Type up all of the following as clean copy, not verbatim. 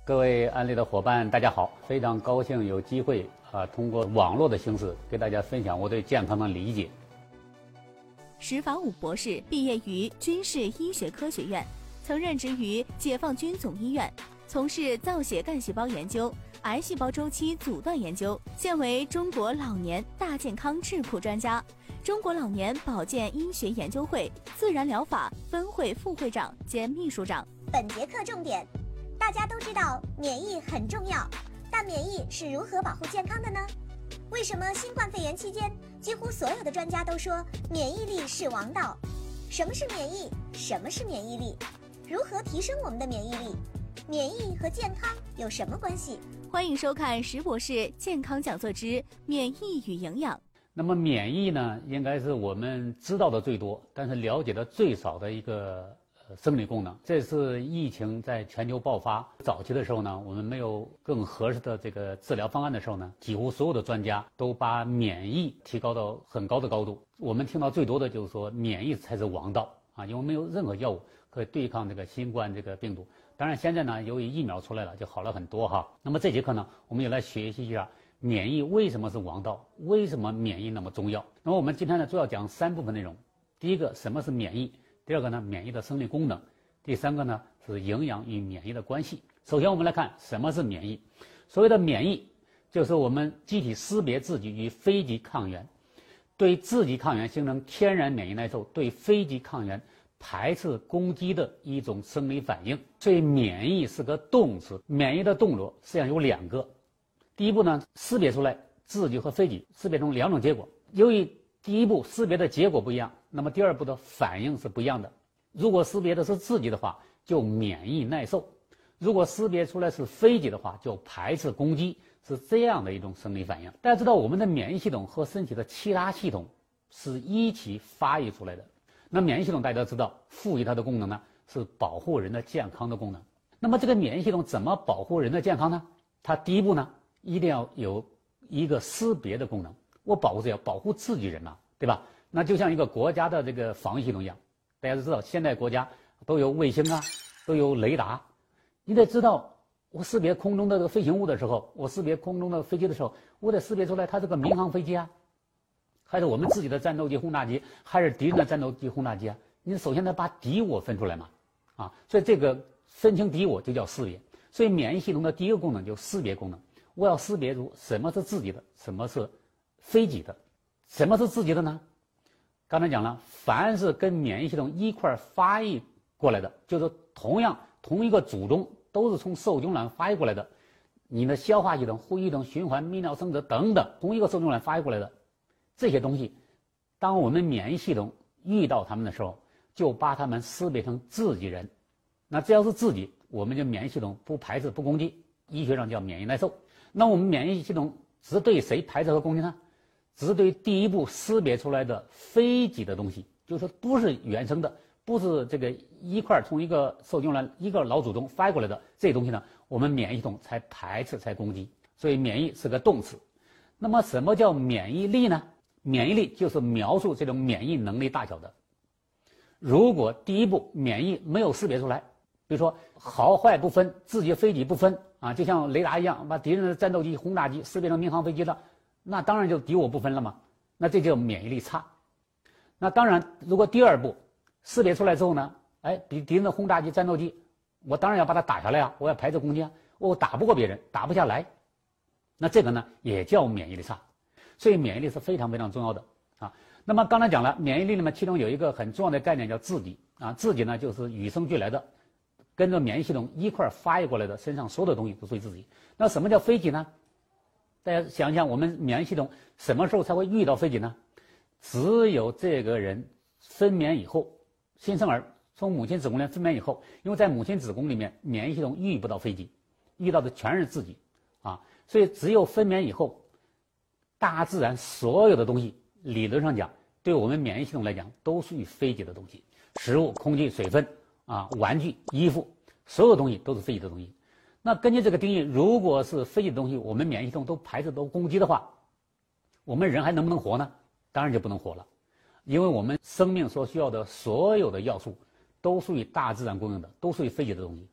各位安利的伙伴，大家好！非常高兴有机会通过网络的形式给大家分享我对健康的理解。 石法武博士毕业于军事医学科学院，曾任职于解放军总医院，从事造血干细胞研究、癌细胞周期阻断研究，现为中国老年大健康智库专家，中国老年保健医学研究会自然疗法分会副会长兼秘书长。 本节课重点。大家都知道免疫很重要，但免疫是如何保护健康的呢？为什么新冠肺炎期间，几乎所有的专家都说免疫力是王道？什么是免疫？什么是免疫力？如何提升我们的免疫力？免疫和健康有什么关系？ 欢迎收看石博士健康讲座之免疫与营养。 那么免疫呢，应该是我们知道的最多，但是了解的最少的一个生理功能。这次疫情在全球爆发早期的时候呢，我们没有更合适的这个治疗方案的时候呢，几乎所有的专家都把免疫提高到很高的高度。我们听到最多的就是说免疫才是王道啊，因为没有任何药物可以对抗这个新冠这个病毒。当然现在呢，由于疫苗出来了，就好了很多哈。那么这节课呢，我们也来学习一下免疫为什么是王道，为什么免疫那么重要。那么我们今天呢，主要讲3部分内容。第一个，什么是免疫？第二个呢，免疫的生理功能；第三个呢，是营养与免疫的关系。首先，我们来看什么是免疫。所谓的免疫，就是我们机体识别自己与非己抗原，对自己抗原形成天然免疫耐受，对非己抗原排斥攻击的一种生理反应。所以，免疫是个动词。免疫的动作实际上有2个。第一步呢，识别出来自己和非己，识别出2种结果。由于第一步识别的结果不一样，那么第二步的反应是不一样的。如果识别的是自己的话，就免疫耐受；如果识别出来是非己的话，就排斥攻击，是这样的一种生理反应。大家知道，我们的免疫系统和身体的其他系统是一起发育出来的。那免疫系统大家都知道，赋予它的功能呢，是保护人的健康的功能。那么这个免疫系统怎么保护人的健康呢？它第一步呢，一定要有一个识别的功能。我保护谁？要保护自己人嘛，对吧？那就像一个国家的这个防御系统一样，大家都知道，现在国家都有卫星啊，都有雷达。你得知道，我识别空中的这个飞行物的时候，我识别空中的飞机的时候，我得识别出来它是个民航飞机啊，还是我们自己的战斗机轰炸机，还是敌人的战斗机轰炸机啊？你首先得把敌我分出来嘛，啊，所以这个分清敌我就叫识别。所以免疫系统的第一个功能就是识别功能，我要识别出什么是自己的，什么是非己的。什么是自己的呢？刚才讲了，凡是跟免疫系统一块发育过来的，就是同一个祖宗，都是从受精卵发育过来的。你的消化系统、呼吸系统、循环、泌尿生殖等等，同一个受精卵发育过来的这些东西，当我们免疫系统遇到它们的时候，就把它们识别成自己人。那只要是自己，我们就免疫系统不排斥、不攻击，医学上叫免疫耐受。那我们免疫系统只对谁排斥和攻击呢？只是对第一步识别出来的非己的东西，就是说不是原生的，不是这个一块从一个受精卵、一个老祖宗发育过来的这些东西呢，我们免疫系统才排斥、才攻击。所以免疫是个动词。那么什么叫免疫力呢？免疫力就是描述这种免疫能力大小的。如果第一步免疫没有识别出来，比如说好坏不分，自己非己不分啊，就像雷达一样，把敌人的战斗机、轰炸机识别成民航飞机了。那当然就敌我不分了嘛，那这就免疫力差。那当然，如果第二步识别出来之后呢，敌人的轰炸机、战斗机，我当然要把它打下来啊，我要排斥攻击啊，我打不过别人，打不下来，那这个呢也叫免疫力差。所以免疫力是非常非常重要的啊。那么刚才讲了，免疫力里面其中有一个很重要的概念叫自己啊，自己呢就是与生俱来的，跟着免疫系统一块发育过来的，身上所有的东西都属于自己。那什么叫非己呢？大家想想，我们免疫系统什么时候才会遇到非己呢？只有这个人分娩以后，新生儿从母亲子宫里分娩以后，因为在母亲子宫里面，免疫系统遇不到非己，遇到的全是自己啊。所以只有分娩以后，大自然所有的东西，理论上讲，对我们免疫系统来讲，都属于非己的东西。食物、空气、水分啊，玩具、衣服，所有东西都是非己的东西。那根据这个定义，如果是非己的东西，我们免疫系统都排斥、都攻击的话，我们人还能不能活呢？当然就不能活了，因为我们生命所需要的所有的要素，都属于大自然供应的，都属于非己的东西，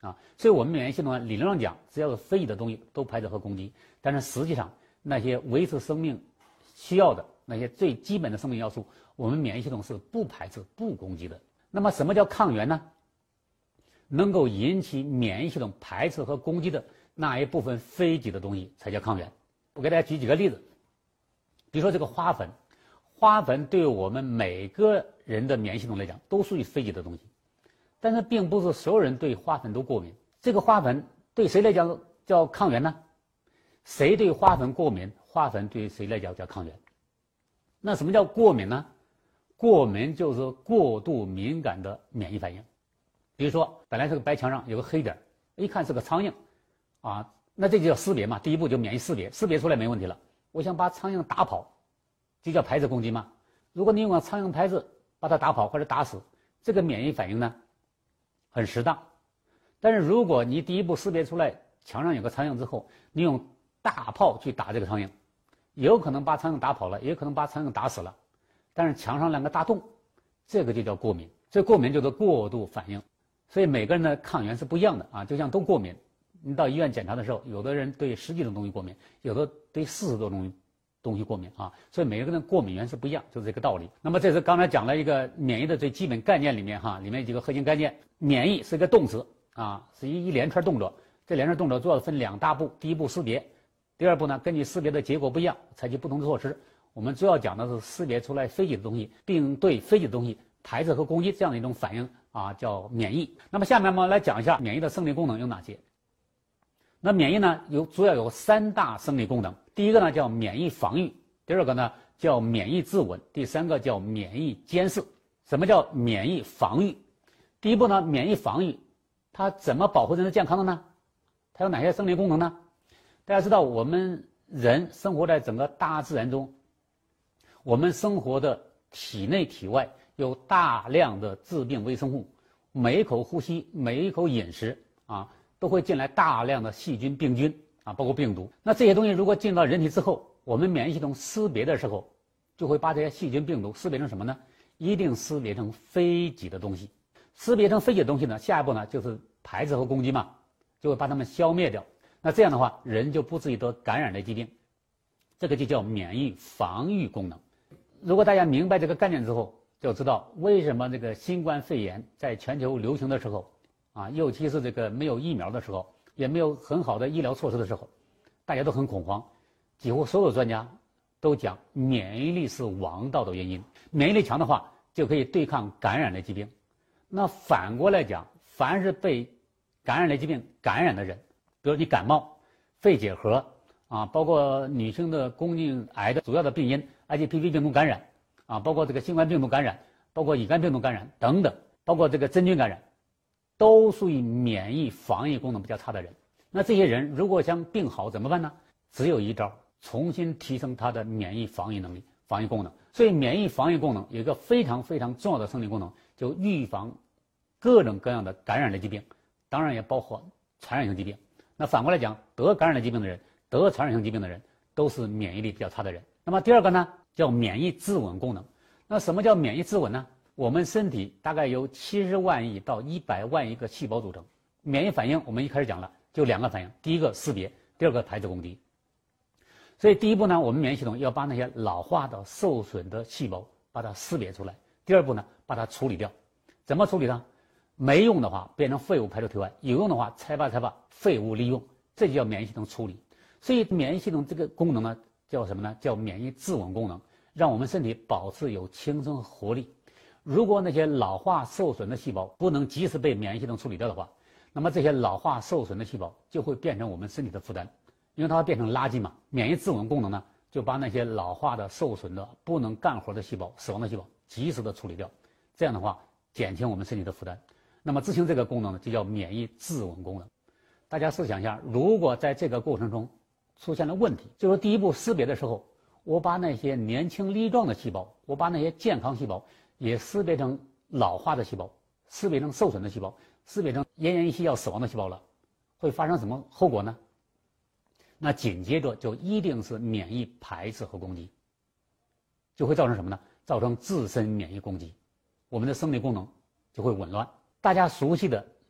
所以我们免疫系统呢，理论上讲，只要是非己的东西都排斥和攻击，但是实际上那些维持生命需要的那些最基本的生命要素，我们免疫系统是不排斥、不攻击的。那么什么叫抗原呢？能够引起免疫系统排斥和攻击的那一部分非己的东西才叫抗原。我给大家举几个例子，比如说这个花粉，花粉对我们每个人的免疫系统来讲都属于非己的东西，但是并不是所有人对花粉都过敏。这个花粉对谁来讲叫抗原呢？谁对花粉过敏，花粉对谁来讲叫抗原。那什么叫过敏呢？过敏就是过度敏感的免疫反应。比如说本来这个白墙上有个黑点，一看是个苍蝇那这就叫识别嘛，第一步就免疫识别，识别出来没问题了，我想把苍蝇打跑，这叫排斥攻击吗？如果你用个苍蝇拍子把它打跑或者打死，这个免疫反应呢很适当。但是如果你第一步识别出来墙上有个苍蝇之后，你用大炮去打这个苍蝇，有可能把苍蝇打跑了，也有可能把苍蝇打死了，但是墙上两个大洞，这个就叫过敏。所以过敏就是过度反应。所以每个人的抗原是不一样的就像都过敏。你到医院检查的时候，有的人对10几种东西过敏，有的对40多种东西过敏所以每个人的过敏源是不一样，就是这个道理。那么这是刚才讲了一个免疫的最基本概念里面里面几个核心概念。免疫是一个动词是一连串动作，这连串动作主要分2大步，第一步识别，第二步呢根据识别的结果不一样，采取不同的措施。我们主要讲的是识别出来非己的东西，并对非己的东西排斥和攻击这样的一种反应叫免疫。那么下面我们来讲一下免疫的生理功能有哪些。那免疫呢主要有3大生理功能，第一个呢叫免疫防御，第二个呢叫免疫自稳，第三个叫免疫监视。什么叫免疫防御？第一步呢，免疫防御它怎么保护人的健康的呢？它有哪些生理功能呢？大家知道我们人生活在整个大自然中，我们生活的体内体外有大量的致病微生物，每一口呼吸，每一口饮食都会进来大量的细菌、病菌包括病毒。那这些东西如果进到人体之后，我们免疫系统识别的时候，就会把这些细菌、病毒识别成什么呢？一定识别成非己的东西。识别成非己的东西呢，下一步呢就是排斥和攻击嘛，就会把它们消灭掉。那这样的话，人就不至于得感染类疾病。这个就叫免疫防御功能。如果大家明白这个概念之后，就知道为什么这个新冠肺炎在全球流行的时候尤其是这个没有疫苗的时候，也没有很好的医疗措施的时候，大家都很恐慌。几乎所有专家都讲免疫力是王道的原因，免疫力强的话就可以对抗感染类疾病。那反过来讲，凡是被感染类疾病感染的人，比如你感冒、肺结核包括女性的宫颈癌的主要的病因 HPV 病毒感染包括这个新冠病毒感染，包括乙肝病毒感染等等，包括这个真菌感染，都属于免疫防御功能比较差的人。那这些人如果想病好怎么办呢？只有一招，重新提升他的免疫防御能力、防御功能。所以免疫防御功能有一个非常非常重要的生理功能，就预防各种各样的感染类疾病，当然也包括传染性疾病。那反过来讲，得感染类疾病的人、得传染性疾病的人都是免疫力比较差的人。那么第二个呢，叫免疫自稳功能。那什么叫免疫自稳呢？我们身体大概由70万亿到100万亿个细胞组成，免疫反应我们一开始讲了，就2个反应，第一个识别，第二个排斥攻击。所以第一步呢，我们免疫系统要把那些老化的、受损的细胞把它识别出来，第二步呢，把它处理掉。怎么处理呢？没用的话变成废物排出体外，有用的话拆吧废物利用，这就叫免疫系统处理。所以免疫系统这个功能呢叫什么呢？叫免疫自稳功能，让我们身体保持有青春活力。如果那些老化受损的细胞不能及时被免疫系统处理掉的话，那么这些老化受损的细胞就会变成我们身体的负担，因为它会变成垃圾嘛。免疫自稳功能呢，就把那些老化的、受损的、不能干活的细胞、死亡的细胞及时的处理掉，这样的话减轻我们身体的负担。那么执行这个功能呢，就叫免疫自稳功能。大家试想一下，如果在这个过程中出现了问题，就是第一步识别的时候，我把那些年轻力壮的细胞，我把那些健康细胞也识别成老化的细胞，识别成受损的细胞，识别成奄奄一息要死亡的细胞了，会发生什么后果呢？那紧接着就一定是免疫排斥和攻击，就会造成什么呢？造成自身免疫攻击，我们的生理功能就会紊乱。大家熟悉的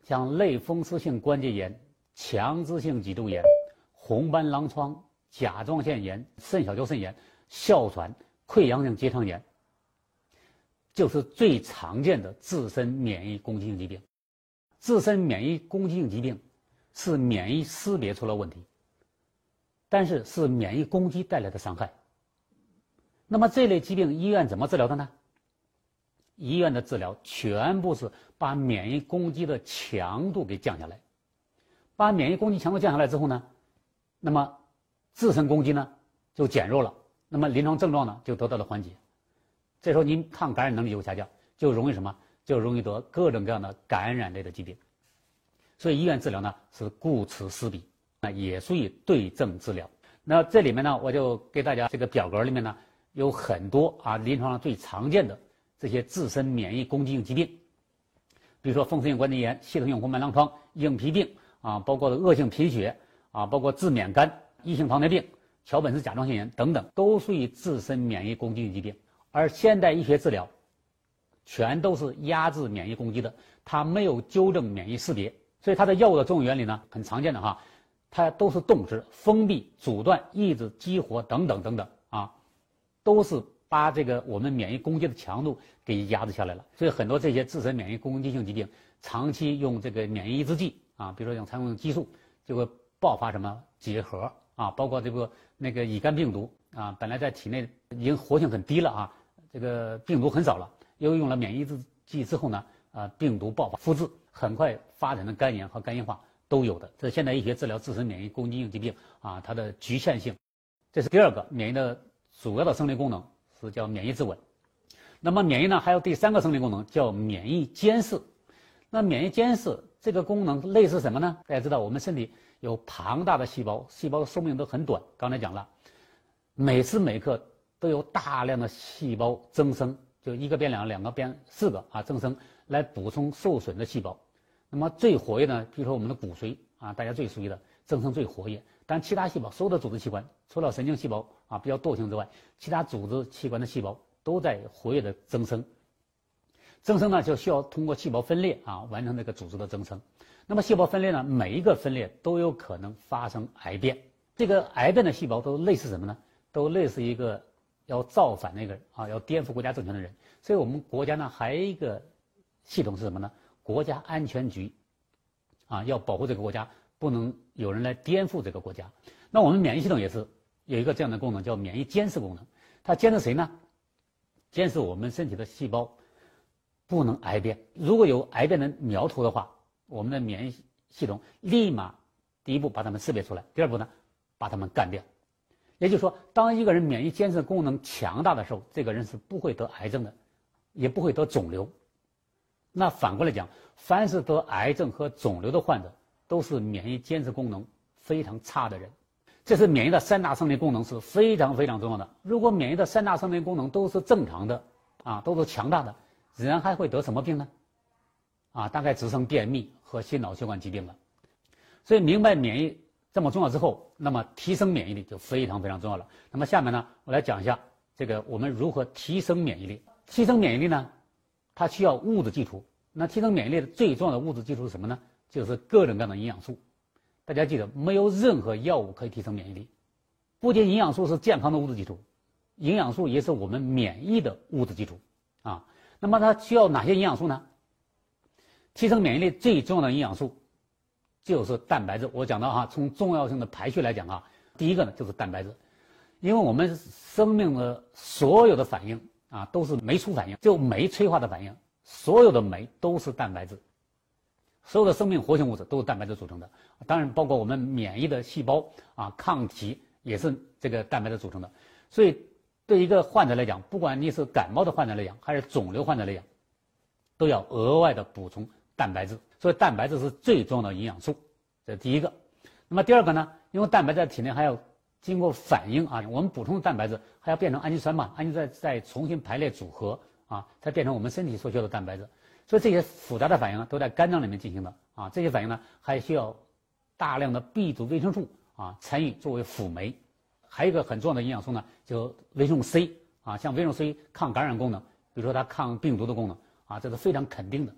像类风湿性关节炎、强直性脊柱炎、红斑狼疮、甲状腺炎、肾小球肾炎、哮喘、溃疡性结肠炎，就是最常见的自身免疫攻击性疾病。自身免疫攻击性疾病是免疫识别出了问题，但是是免疫攻击带来的伤害。那么这类疾病医院怎么治疗的呢？医院的治疗全部是把免疫攻击的强度给降下来，把免疫攻击强度降下来之后呢，那么自身攻击呢就减弱了，那么临床症状呢就得到了缓解。这时候您抗感染能力就会下降，就容易什么？就容易得各种各样的感染类的疾病。所以医院治疗呢是顾此失彼，也属于对症治疗。那这里面呢，我就给大家这个表格里面呢有很多临床上最常见的这些自身免疫攻击性疾病，比如说风湿性关节炎、系统性红斑狼疮、硬皮病包括恶性贫血包括自免肝、异型糖尿病、桥本氏甲状腺炎等等，都属于自身免疫攻击性疾病。而现代医学治疗全都是压制免疫攻击的，它没有纠正免疫识别，所以它的药物的作用原理呢很常见的它都是动植，封闭、阻断、抑制、激活等等等等都是把这个我们免疫攻击的强度给压制下来了。所以很多这些自身免疫攻击性疾病，长期用这个免疫抑制剂比如说用常用激素，就会爆发什么结核包括那个乙肝病毒本来在体内已经活性很低了这个病毒很少了，又用了免疫抑制剂之后呢病毒爆发复制，很快发展的肝炎和肝硬化都有的。这是现代医学治疗自身免疫攻击性疾病它的局限性。这是第二个，免疫的主要的生理功能是叫免疫自稳。那么免疫呢还有第三个生理功能叫免疫监视。那免疫监视这个功能类似什么呢？大家知道我们身体有庞大的细胞，细胞的寿命都很短，刚才讲了，每时每刻都有大量的细胞增生，就一个变两个，两个变四个增生来补充受损的细胞。那么最活跃呢，比如说我们的骨髓大家最熟悉的增生最活跃，但其他细胞所有的组织器官除了神经细胞比较惰性之外，其他组织器官的细胞都在活跃的增生。增生呢就需要通过细胞分裂完成这个组织的增生。那么细胞分裂呢，每一个分裂都有可能发生癌变。这个癌变的细胞都类似什么呢？都类似一个要造反的一个人要颠覆国家政权的人。所以我们国家呢还有一个系统是什么呢？国家安全局要保护这个国家，不能有人来颠覆这个国家。那我们免疫系统也是有一个这样的功能，叫免疫监视功能。它监视谁呢？监视我们身体的细胞不能癌变。如果有癌变的苗头的话，我们的免疫系统立马第一步把它们识别出来，第二步呢把它们干掉。也就是说，当一个人免疫监视功能强大的时候，这个人是不会得癌症的，也不会得肿瘤。那反过来讲，凡是得癌症和肿瘤的患者，都是免疫监视功能非常差的人。这是免疫的三大生理功能是非常非常重要的。如果免疫的三大生理功能都是正常的都是强大的，人还会得什么病呢？大概只剩便秘和心脑血管疾病了。所以明白免疫这么重要之后，那么提升免疫力就非常非常重要了。那么下面呢，我来讲一下这个我们如何提升免疫力。提升免疫力呢，它需要物质基础。那提升免疫力的最重要的物质基础是什么呢？就是各种各样的营养素。大家记得，没有任何药物可以提升免疫力。不仅营养素是健康的物质基础，营养素也是我们免疫的物质基础那么它需要哪些营养素呢？提升免疫力最重要的营养素就是蛋白质。我讲到从重要性的排序来讲第一个呢就是蛋白质。因为我们生命的所有的反应都是酶促反应，就酶催化的反应，所有的酶都是蛋白质。所有的生命活性物质都是蛋白质组成的，当然包括我们免疫的细胞抗体也是这个蛋白质组成的。所以对一个患者来讲，不管你是感冒的患者来讲，还是肿瘤患者来讲，都要额外的补充蛋白质。所以蛋白质是最重要的营养素，这是第一个。那么第二个呢，因为蛋白质在体内还要经过反应我们补充的蛋白质还要变成氨基酸氨基酸再重新排列组合才变成我们身体所需要的蛋白质。所以这些复杂的反应都在肝脏里面进行的这些反应呢还需要大量的 B 族维生素参与作为辅酶。还有一个很重要的营养素呢，就维生素 C 像维生素 C 抗感染功能，比如说它抗病毒的功能这是非常肯定的。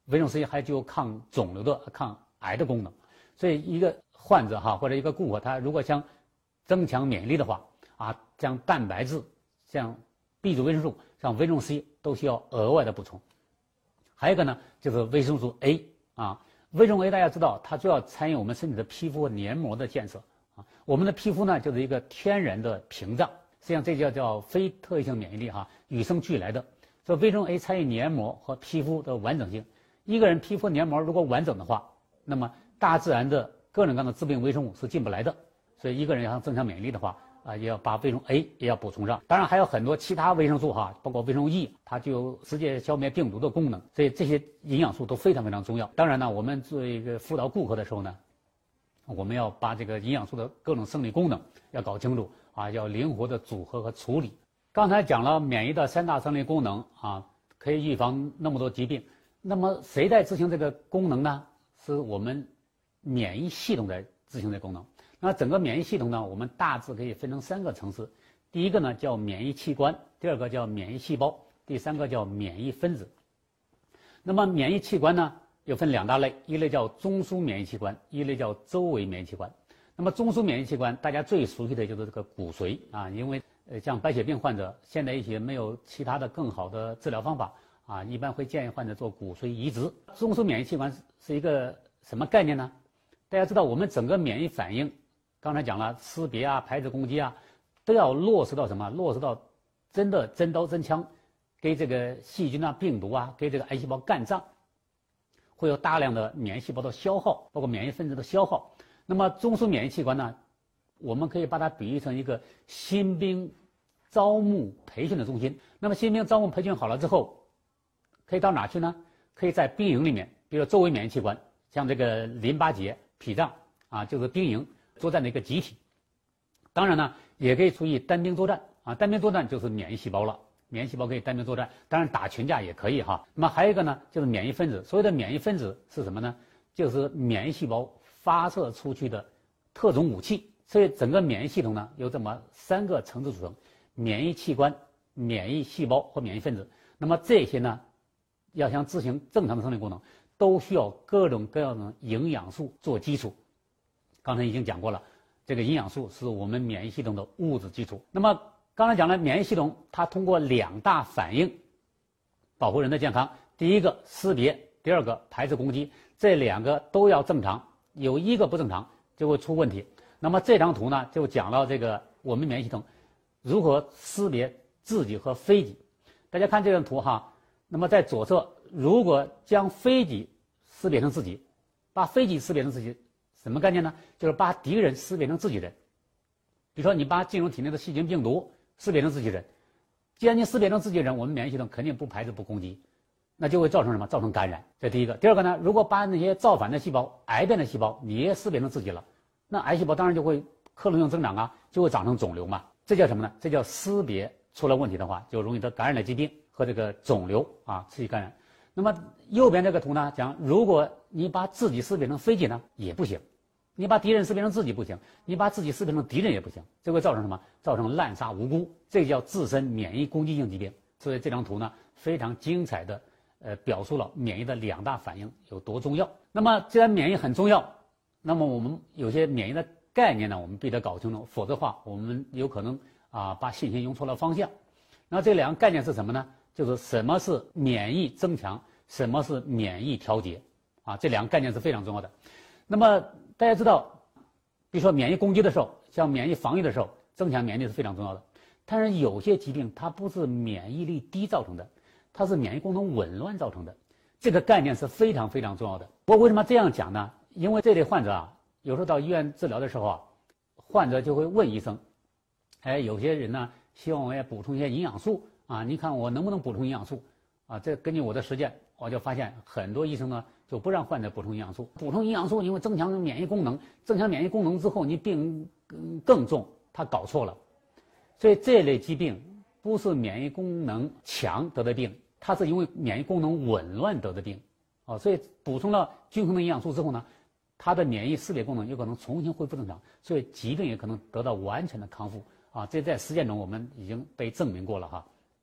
维生素 C 还具有抗肿瘤的、抗癌的功能。所以一个患者或者一个顾客，他如果想增强免疫力的话像蛋白质、像 B 族维生素、像维生素 C 都需要额外的补充。还有一个呢，就是维生素 A 维生素 A 大家知道，它主要参与我们身体的皮肤和黏膜的建设我们的皮肤呢就是一个天然的屏障，实际上这叫非特异性免疫力与生俱来的。所以维生素 A 参与黏膜和皮肤的完整性。一个人皮肤黏膜如果完整的话，那么大自然的各种各样的致病微生物是进不来的。所以一个人要想增强免疫力的话也要把维生素 A 也要补充上。当然还有很多其他维生素包括维生素 E， 它具有直接消灭病毒的功能。所以这些营养素都非常非常重要。当然呢，我们做一个辅导顾客的时候呢，我们要把这个营养素的各种生理功能要搞清楚要灵活的组合和处理。刚才讲了免疫的3大生理功能可以预防那么多疾病。那么谁在执行这个功能呢？是我们免疫系统在执行这个功能。那整个免疫系统呢，我们大致可以分成3个层次。第一个呢叫免疫器官，第二个叫免疫细胞，第三个叫免疫分子。那么免疫器官呢又分2大类，一类叫中枢免疫器官，一类叫周围免疫器官。那么中枢免疫器官大家最熟悉的就是这个骨髓因为像白血病患者现在也没有其他的更好的治疗方法一般会建议患者做骨髓移植。中枢免疫器官是一个什么概念呢？大家知道我们整个免疫反应，刚才讲了识别排斥攻击都要落实到什么？落实到真的真刀真枪给这个细菌病毒给这个癌细胞干仗，会有大量的免疫细胞的消耗，包括免疫分子的消耗。那么中枢免疫器官呢，我们可以把它比喻成一个新兵招募培训的中心。那么新兵招募培训好了之后，可以到哪去呢？可以在兵营里面，比如周围免疫器官，像这个淋巴结、脾脏就是兵营作战的一个集体。当然呢，也可以处于单兵作战单兵作战就是免疫细胞了，免疫细胞可以单兵作战，当然打群架也可以那么还有一个呢，就是免疫分子。所谓的免疫分子是什么呢？就是免疫细胞发射出去的特种武器。所以整个免疫系统呢由这么3个层次组成：免疫器官、免疫细胞和免疫分子。那么这些呢要想执行正常的生理功能，都需要各种各样的营养素做基础。刚才已经讲过了，这个营养素是我们免疫系统的物质基础。那么刚才讲了，免疫系统它通过2大反应保护人的健康。第一个识别，第二个排斥攻击，这2个都要正常，有一个不正常就会出问题。那么这张图呢就讲了这个我们免疫系统如何识别自己和非己。大家看这张图那么在左侧，如果将非己识别成自己，把非己识别成自己，什么概念呢？就是把敌人识别成自己人。比如说你把进入体内的细菌病毒识别成自己人，既然你识别成自己人，我们免疫系统肯定不排斥不攻击，那就会造成什么？造成感染。这第一个。第二个呢，如果把那些造反的细胞、癌变的细胞你也识别成自己了，那癌细胞当然就会克隆性增长就会长成肿瘤嘛。这叫什么呢？这叫识别出了问题的话，就容易得感染类疾病和这个肿瘤刺激感染。那么右边这个图呢讲，如果你把自己识别成非己呢也不行，你把敌人识别成自己不行，你把自己识别成敌人也不行，这会造成什么？造成滥杀无辜，这叫自身免疫攻击性疾病。所以这张图呢非常精彩的表述了免疫的2大反应有多重要。那么既然免疫很重要，那么我们有些免疫的概念呢我们必须得搞清楚，否则的话我们有可能把信心用错了方向。那这2个概念是什么呢？就是什么是免疫增强，什么是免疫调节这2个概念是非常重要的。那么大家知道，比如说免疫攻击的时候，像免疫防御的时候，增强免疫力是非常重要的。但是有些疾病它不是免疫力低造成的，它是免疫功能紊乱造成的，这个概念是非常非常重要的。我为什么这样讲呢？因为这类患者有时候到医院治疗的时候患者就会问医生，有些人呢希望我也补充一些营养素你看我能不能补充营养素这根据我的实践，我就发现很多医生呢就不让患者补充营养素。补充营养素因为增强免疫功能，增强免疫功能之后你病更重，他搞错了。所以这类疾病不是免疫功能强得的病，它是因为免疫功能紊乱得的病所以补充了均衡的营养素之后呢，它的免疫识别功能有可能重新恢复正常，所以疾病也可能得到完全的康复这在实践中我们已经被证明过了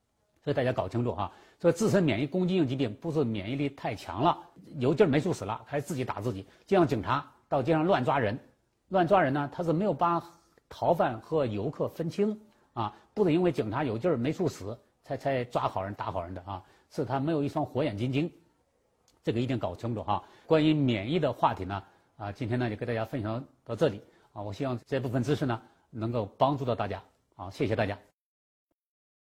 所以大家搞清楚哈。所以自身免疫攻击性疾病不是免疫力太强了，有劲儿没处使了，还自己打自己。就像警察到街上乱抓人呢，他是没有把逃犯和游客分清啊，不是因为警察有劲儿没处使才抓好人打好人的啊，是他没有一双火眼金睛，这个一定搞清楚哈。关于免疫的话题呢，今天呢就给大家分享到这里啊，我希望这部分知识呢能够帮助到大家啊，谢谢大家。